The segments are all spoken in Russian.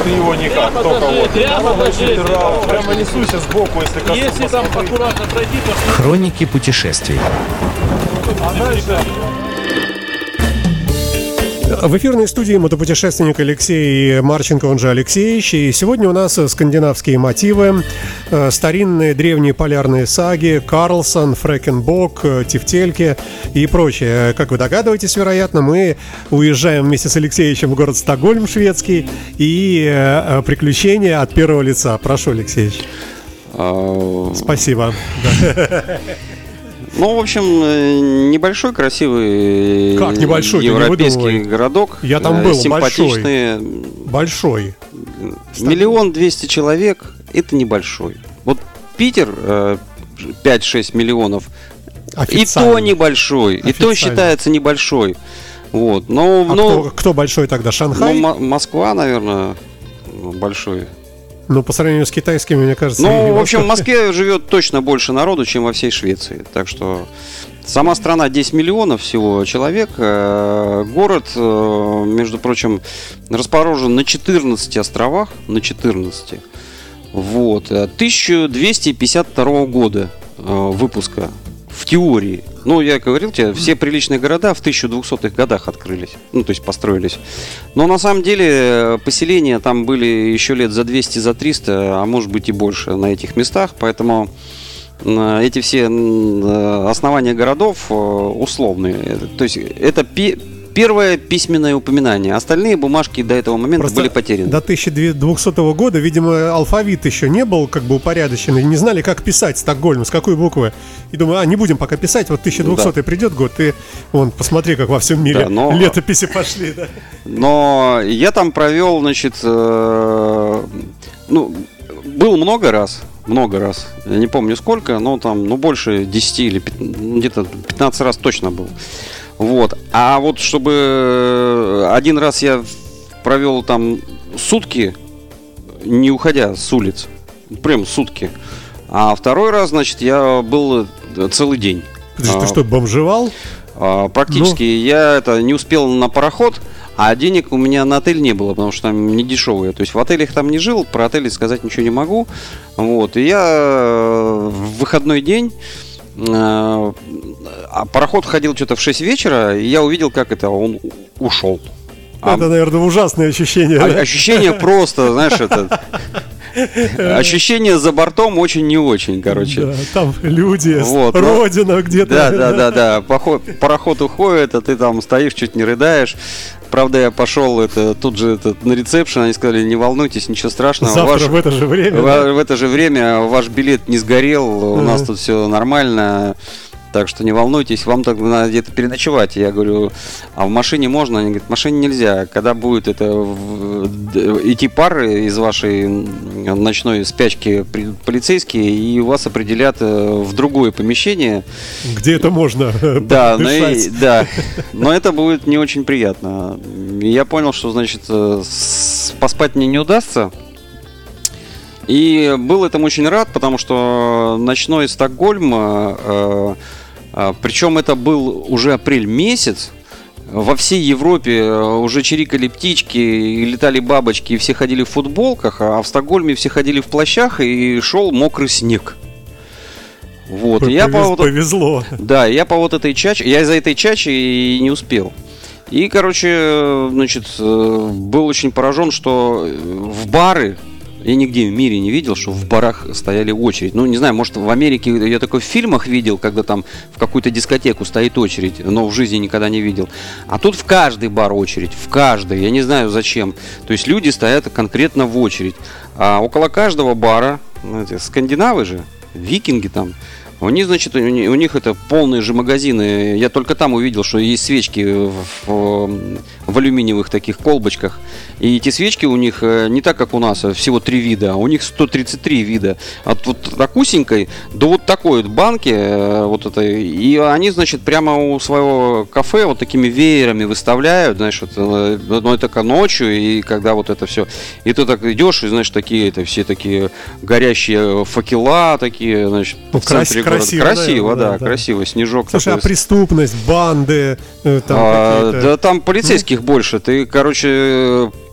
ты его никак, только вот. Прямо несуйся сбоку, если коснуться. Если там аккуратно пройти, то... Хроники путешествий. А дальше... В эфирной студии мотопутешественник Алексей Марченко, он же Алексеевич. И сегодня у нас скандинавские мотивы, старинные древние полярные саги, Карлсон, Фрэкенбок, Тефтельки и прочее. Как вы догадываетесь, вероятно, мы уезжаем вместе с Алексеевичем в город Стокгольм, шведский, и приключения от первого лица. Прошу, Алексеевич. Спасибо. Ну, в общем, небольшой, красивый европейский городок. Я там был, симпатичный. Большой. 1 200 000 человек – это небольшой. Вот Питер 5-6 миллионов, и то небольшой, и то считается небольшой. Вот. Но, кто большой тогда? Шанхай? Москва, наверное, большой. Ну, по сравнению с китайскими, мне кажется... Ну, в общем, в Москве живет точно больше народу, чем во всей Швеции. Так что сама страна 10 миллионов всего человек. Город, между прочим, расположен на 14 островах. На 14. Вот. 1252 года выпуска. В теории. Ну, я говорил тебе, все приличные города в 1200-х годах открылись. Ну, то есть построились. Но на самом деле поселения там были еще лет за 200, за 300, а может быть и больше на этих местах. Поэтому эти все основания городов условные. То есть это первое письменное упоминание. Остальные бумажки до этого момента просто были потеряны. До 1200 года, видимо, алфавит еще не был как бы упорядочен. Не знали, как писать Стокгольм, с какой буквы. И думаю, не будем пока писать. Вот 1200 придет год, и вон, посмотри, как во всем мире летописи пошли. Да. Но я там провел, значит, был много раз. Я не помню сколько, но там, больше 10 или где-то 15 раз точно был. Вот. А вот чтобы один раз я провел там сутки, не уходя с улиц, прям сутки. А второй раз, значит, я был целый день. Ты что, бомжевал? Практически. Я не успел на пароход, а денег у меня на отель не было, потому что там не дешевые. То есть в отелях там не жил, про отели сказать ничего не могу. Вот. И я в выходной день... А пароход ходил что-то в 6 вечера, и я увидел, как он ушел. Это, наверное, ужасное ощущение. Ощущение просто, знаешь, ощущение за бортом очень не очень, короче. Да, там люди, родина где-то. Да. Пароход уходит, а ты там стоишь, чуть не рыдаешь. Правда, я пошел тут же на ресепшн, они сказали, не волнуйтесь, ничего страшного. Завтра в это же время. В это же время ваш билет не сгорел, у нас тут все нормально. Так что не волнуйтесь, вам так надо где-то переночевать. Я говорю, а в машине можно? Они говорят, в машине нельзя. Когда будет идти пар из вашей ночной спячки полицейские, и вас определят в другое помещение. Где это можно? Да, но это будет не очень приятно. И я понял, что, значит, поспать мне не удастся. И был этому очень рад, потому что ночной Стокгольм... Причем это был уже апрель месяц. Во всей Европе уже чирикали птички, и летали бабочки, и все ходили в футболках, а в Стокгольме все ходили в плащах, и шел мокрый снег. Вот. Повезло. Да, я по вот этой чаче, я из-за этой чачи и не успел. И, короче, значит, был очень поражен, что в бары... Я нигде в мире не видел, что в барах стояли очередь. Ну, не знаю, может, в Америке я такое в фильмах видел, когда там в какую-то дискотеку стоит очередь, но в жизни никогда не видел. А тут в каждый бар очередь, в каждый. Я не знаю зачем. То есть люди стоят конкретно в очередь. А около каждого бара, знаете, скандинавы же, викинги там, у них, значит, у них это полные же магазины. Я только там увидел, что есть свечки в алюминиевых таких колбочках. И эти свечки у них не так, как у нас, всего 3 вида, а у них 133 вида. От вот такусенькой до вот такой вот банки. Вот этой. И они, значит, прямо у своего кафе вот такими веерами выставляют, знаешь, это только ночью, и когда вот это все. И ты так идешь, и, знаешь, такие, это все такие горящие факела такие, значит, в центре города. Красиво, да, красиво, снежок. Слушай, такой. А преступность, банды? Да там полицейских больше. Ты, короче,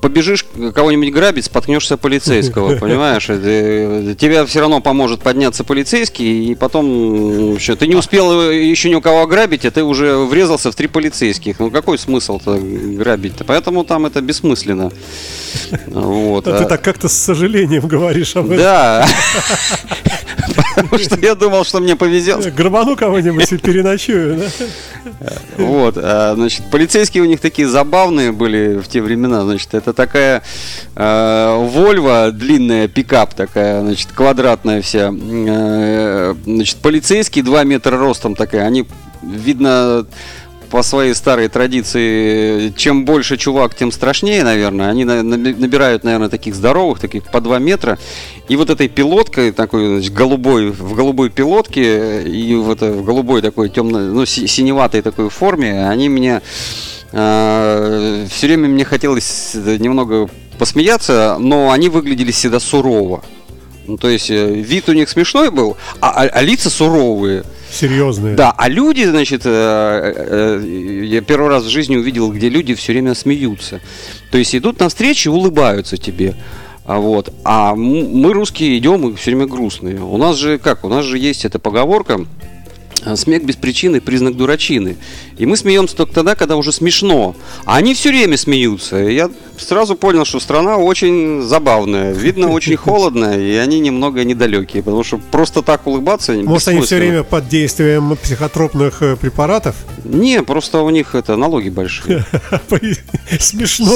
побежишь кого-нибудь грабить, споткнешься полицейского, понимаешь? Тебе все равно поможет подняться полицейский, и потом ты не успел еще ни у кого ограбить, а ты уже врезался в 3 полицейских. Ну какой смысл-то грабить-то? Поэтому там это бессмысленно. Вот. Ты так как-то с сожалением говоришь об этом. Да. Потому что я думал, что мне повезет. Грабану кого-нибудь и переночую, да? Вот, значит, полицейские у них такие забавные были в те времена. Значит, это такая Volvo, длинная пикап такая, значит, квадратная вся. Значит, полицейские 2 метра ростом такая. Они, видно, по своей старой традиции, чем больше чувак, тем страшнее, наверное. Они набирают, наверное, таких здоровых, таких по 2 метра. И вот этой пилоткой, такой, значит, в голубой пилотке и в голубой такой темной, ну, синеватой такой форме, они меня все время мне хотелось немного посмеяться, но они выглядели всегда сурово. Ну, то есть вид у них смешной был, а лица суровые. Серьезные. Да, а люди, значит, я первый раз в жизни увидел, где люди все время смеются. То есть идут навстречу и улыбаются тебе. Вот. А мы, русские, идем и все время грустные. У нас же как? У нас же есть эта поговорка: смех без причины — признак дурачины. И мы смеемся только тогда, когда уже смешно. А они все время смеются. И я сразу понял, что страна очень забавная. Видно, очень холодно, и они немного недалекие. Потому что просто так улыбаться бессмысленно. Может, они все время под действием психотропных препаратов? Не, просто у них налоги большие. Смешно.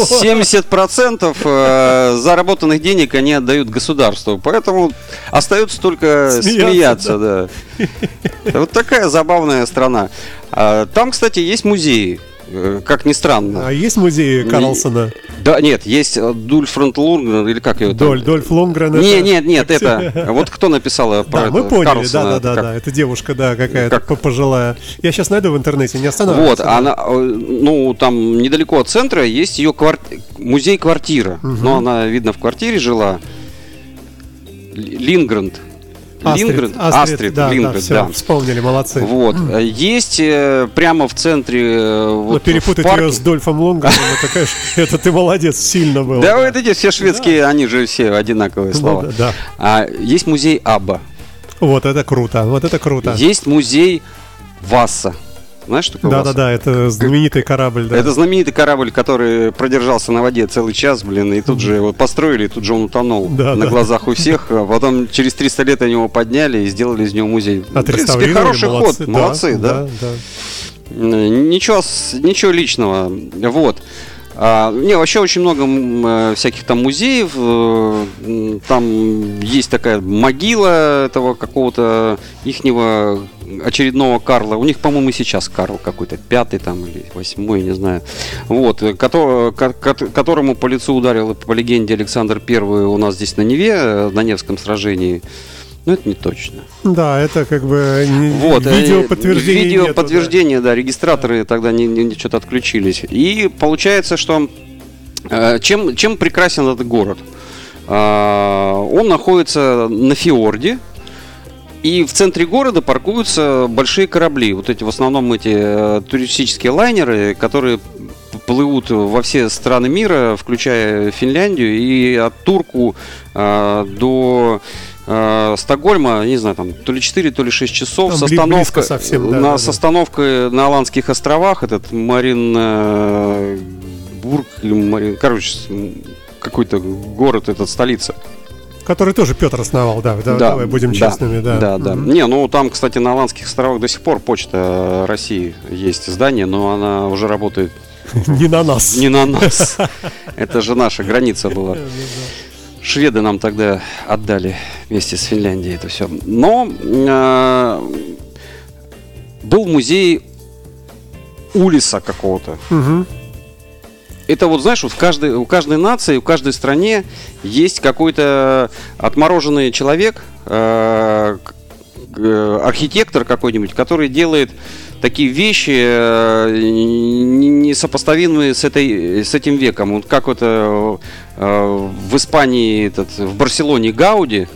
70% заработанных денег они отдают государству. Поэтому остается только смеяться. Да. Вот такая забавная страна. Там, кстати, есть музеи, как ни странно. А есть музеи Карлсона? Да, нет, есть Дольф Лундгрен, или как его там? Дольф Лундгрен. Нет, это... Вот кто написал про это? Мы поняли, да, это девушка, да, какая-то пожилая. Я сейчас найду в интернете, не останавливайся. Вот, она, ну, там недалеко от центра есть ее музей-квартира. Но она, видно, в квартире жила. Астрид, да, Лингрен, все, да. Вспомнили, молодцы. Вот. Есть прямо в центре... Вот перепутать ее с Дольфом Лундгреном, это ты молодец, сильно было. Да, вот эти все шведские, они же все одинаковые слова. Есть музей Абба. Вот это круто. Есть музей Васса. Знаешь, что такое Васса? Да, это знаменитый корабль. Да. Это знаменитый корабль, который продержался на воде целый час, и тут же его построили, тут же он утонул на глазах у всех. А потом через 300 лет они его подняли и сделали из него музей. В принципе, хороший ход, молодцы, да. Ничего личного, вот. Вообще очень много всяких там музеев. Там есть такая могила этого какого-то ихнего очередного Карла. У них, по-моему, сейчас Карл какой-то, 5-й там или 8-й, не знаю. Вот, которому по лицу ударил, по легенде, Александр I у нас здесь на Неве, на Невском сражении. Но это не точно. Да, это как бы вот, видеоподтверждение. Видеоподтверждение, да, регистраторы тогда что-то отключились. И получается, что чем прекрасен этот город? Он находится на фьорде, и в центре города паркуются большие корабли. Вот эти в основном эти туристические лайнеры, которые плывут во все страны мира, включая Финляндию, и от Турку до Стокгольма, не знаю, там то ли 4, то ли 6 часов там с остановкой, совсем, с остановкой на Аландских островах, этот Маринбург, короче, какой-то город, этот столица. Который тоже Петр основал, да, давай будем честными, да. Не, ну там, кстати, на Аландских островах до сих пор Почта России есть здание, но она уже работает не на нас. Не на нас. Это же наша граница была. Шведы нам тогда отдали вместе с Финляндией это все. Но был музей Улиса какого-то. Угу. Это вот, знаешь, вот у каждой нации, у каждой стране есть какой-то отмороженный человек, архитектор какой-нибудь, который делает такие вещи, несопоставимые с этим веком. Вот как вот в Испании, в Барселоне Гауди,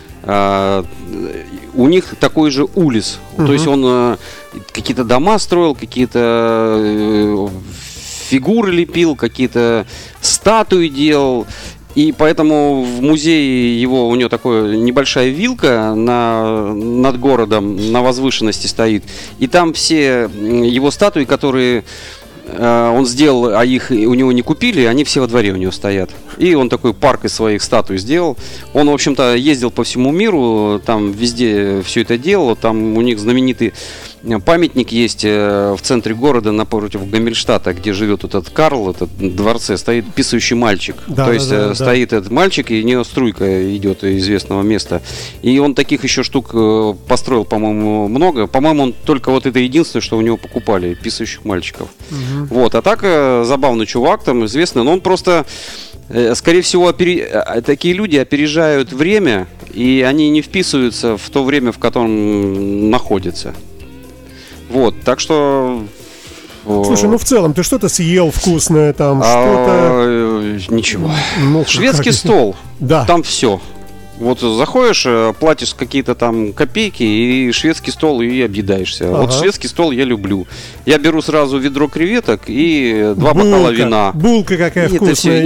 у них такой же Улис. То есть он какие-то дома строил, какие-то фигуры лепил, какие-то статуи делал. И поэтому в музее у него такая небольшая вилка над городом на возвышенности стоит. И там все его статуи, которые он сделал, а их у него не купили, они все во дворе у него стоят. И он такой парк из своих статуй сделал. Он, в общем-то, ездил по всему миру, там везде все это делал. Там у них знаменитый памятник есть в центре города напротив Гаммельштата, где живет этот Карл, этот дворце, стоит писающий мальчик. То есть стоит этот мальчик, и у него струйка идет из известного места. И он таких еще штук построил, по-моему, много. По-моему, он только вот это единственное, что у него покупали, писающих мальчиков. Вот, а так забавный чувак, там известный, но он просто, скорее всего, такие люди опережают время, и они не вписываются в то время, в котором находятся. Вот, так что... Слушай, ну в целом, ты что-то съел вкусное там, что-то... Ничего. Ну, Шведский стол, да. Там все. Вот заходишь, платишь какие-то там копейки, и шведский стол, и объедаешься. Вот шведский стол я люблю. Я беру сразу ведро креветок и 2 бокала вина. Булка какая вкусная.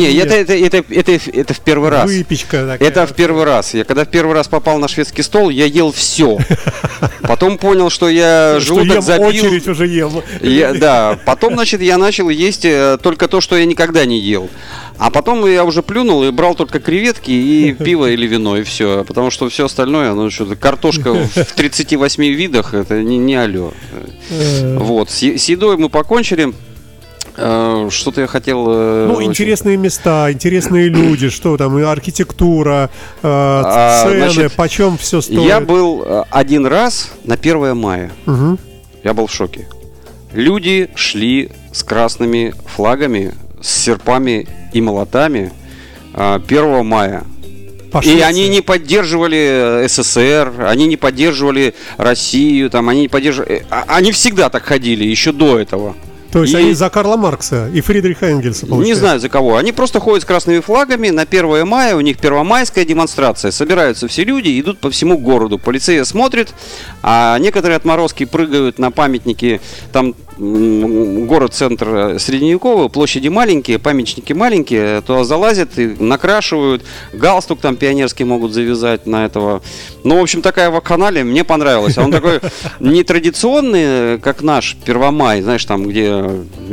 Это в первый раз. Выпечка такая. Это в первый раз. Я когда в первый раз попал на шведский стол, я ел все. Потом понял, что я желудок забил. Очередь уже ем. Да, потом, значит, я начал есть только то, что я никогда не ел. А потом я уже плюнул и брал только креветки и пиво или вино, и все. Потому что все остальное, ну что-то картошка в 38 видах, это не алло. Вот, с едой мы покончили. Что-то я хотел... Ну, интересные места, интересные люди, что там, архитектура, цены, значит, почем все стоит. Я был один раз на 1 мая. Я был в шоке. Люди шли с красными флагами, с серпами и молотами 1 мая. И они не поддерживали СССР, они не поддерживали Россию, там, они не поддерживали... Они всегда так ходили, еще до этого. То есть они за Карла Маркса и Фридриха Энгельса, получается? Не знаю за кого. Они просто ходят с красными флагами на 1 мая, у них первомайская демонстрация. Собираются все люди, идут по всему городу. Полиция смотрит, а некоторые отморозки прыгают на памятники. Там город-центр средневековый, площади маленькие, памятники маленькие, то залазят и накрашивают. Галстук там пионерский могут завязать на этого. Ну, в общем, такая вакханалия мне понравилась. Он такой нетрадиционный, как наш Первомай, знаешь, там, где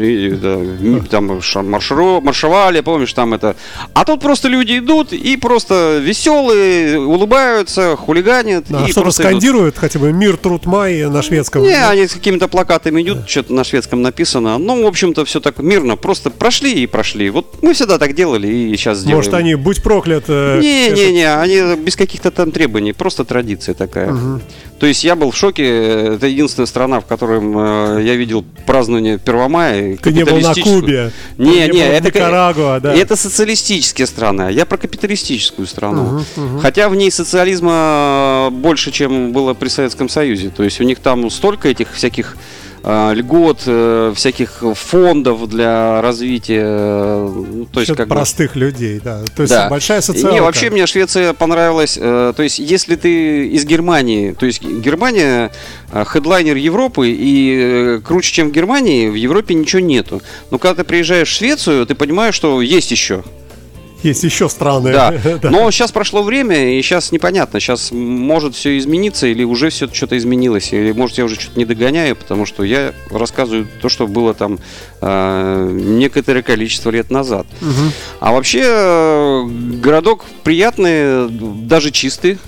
там маршировали, помнишь, там это. А тут просто люди идут и просто веселые, улыбаются, хулиганят. А что-то скандируют, хотя бы «Мир, труд, май» на шведском? Не, они с какими-то плакатами идут, что-то на шведском написано. Ну, в общем-то, все так мирно. Просто прошли и прошли. Вот мы всегда так делали и сейчас делаем. Может, они, будь проклят... Не, они без каких-то там требований. Просто традиция такая. То есть я был в шоке. Это единственная страна, в которой я видел празднование 1 мая. Ты не был на Кубе. Не, это Никарагуа, да. Это социалистические страны. Я про капиталистическую страну. Хотя в ней социализма больше, чем было при Советском Союзе. То есть у них там столько этих всяких льгот, всяких фондов для развития, то есть как простых людей, да. То есть большая социалка. Не, вообще мне Швеция понравилась. То есть если ты из Германии, то есть Германия хедлайнер Европы, и круче, чем в Германии, в Европе ничего нету. Но когда ты приезжаешь в Швецию, ты понимаешь, что есть еще. Есть еще страны. Да. Но сейчас прошло время, и сейчас непонятно. Сейчас может все измениться, или уже все что-то изменилось. Или может я уже что-то не догоняю, потому что я рассказываю то, что было там некоторое количество лет назад. А вообще городок приятный, даже чистый.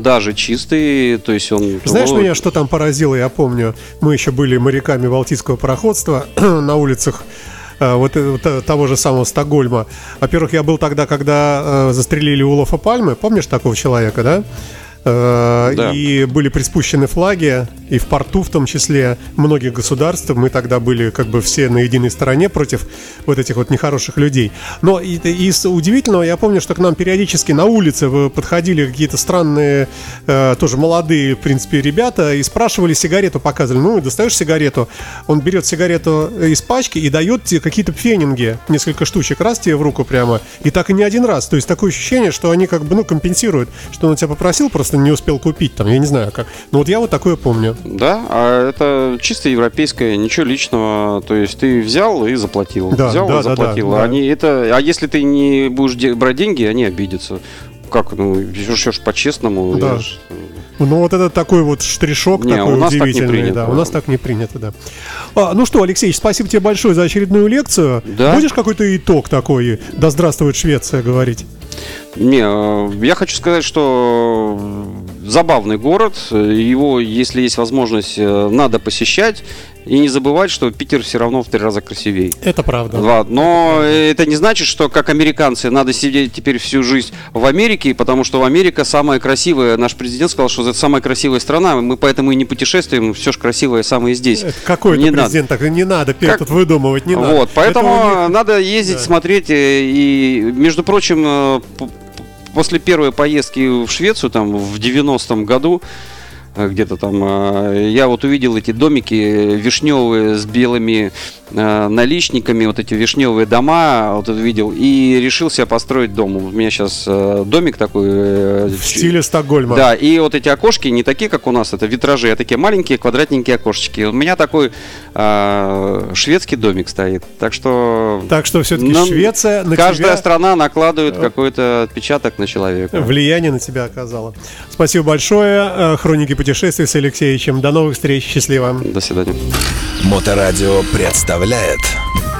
То есть он... Знаешь, меня что там поразило, я помню, мы еще были моряками Балтийского пароходства на улицах вот того же самого Стокгольма. Во-первых, я был тогда, когда застрелили Олафа Пальме. Помнишь такого человека, да? Да. И были приспущены флаги, и в порту в том числе многих государств. Мы тогда были как бы все на единой стороне против вот этих вот нехороших людей. Но из удивительного, я помню, что к нам периодически на улице подходили какие-то странные, тоже молодые, в принципе, ребята, и спрашивали, сигарету показывали. Ну, достаешь сигарету, он берет сигарету из пачки и дает тебе какие-то пфенинги, несколько штучек, раз тебе в руку прямо, и так и не один раз. То есть такое ощущение, что они как бы, компенсируют, что он тебя попросил просто просто не успел купить там, я не знаю как. Но вот я вот такое помню. Да, а это чисто европейское, ничего личного. То есть ты взял и заплатил. Да, взял да, и заплатил. да. А если ты не будешь брать деньги, они обидятся. Как, все ж по-честному. Да. Ну вот это такой вот штришок Не, такой у нас так не удивительный. принято. Да, у нас так не принято, да. Ну что, Алексей, спасибо тебе большое за очередную лекцию. Да. Будешь какой-то итог такой? Да здравствует Швеция говорить. Не, я хочу сказать, что забавный город. Его, если есть возможность, надо посещать. И не забывать, что Питер все равно в 3 раза красивее. Это правда. Да, но это не значит, что как американцы надо сидеть теперь всю жизнь в Америке, потому что Америка самая красивая. Наш президент сказал, что это самая красивая страна, мы поэтому и не путешествуем, все же красивое самое здесь. Это какой-то не президент так, не надо тут выдумывать, не надо. Вот, поэтому Это у них- надо ездить, Да. смотреть. И, между прочим, после первой поездки в Швецию, там, в 90-м году, где-то там, я вот увидел эти домики вишневые с белыми наличниками, вот эти вишневые дома, вот это видел, и решил себе построить дом. У меня сейчас домик такой. В стиле Стокгольма. Да, и вот эти окошки не такие, как у нас, это витражи, а такие маленькие квадратненькие окошечки. У меня такой шведский домик стоит. Так что все-таки Ну, Швеция на каждая тебя страна накладывает какой-то отпечаток на человека. влияние на тебя оказала. Спасибо большое. Хроники путешествий с Алексеем. До новых встреч. Счастливо. До свидания. Моторадио представляет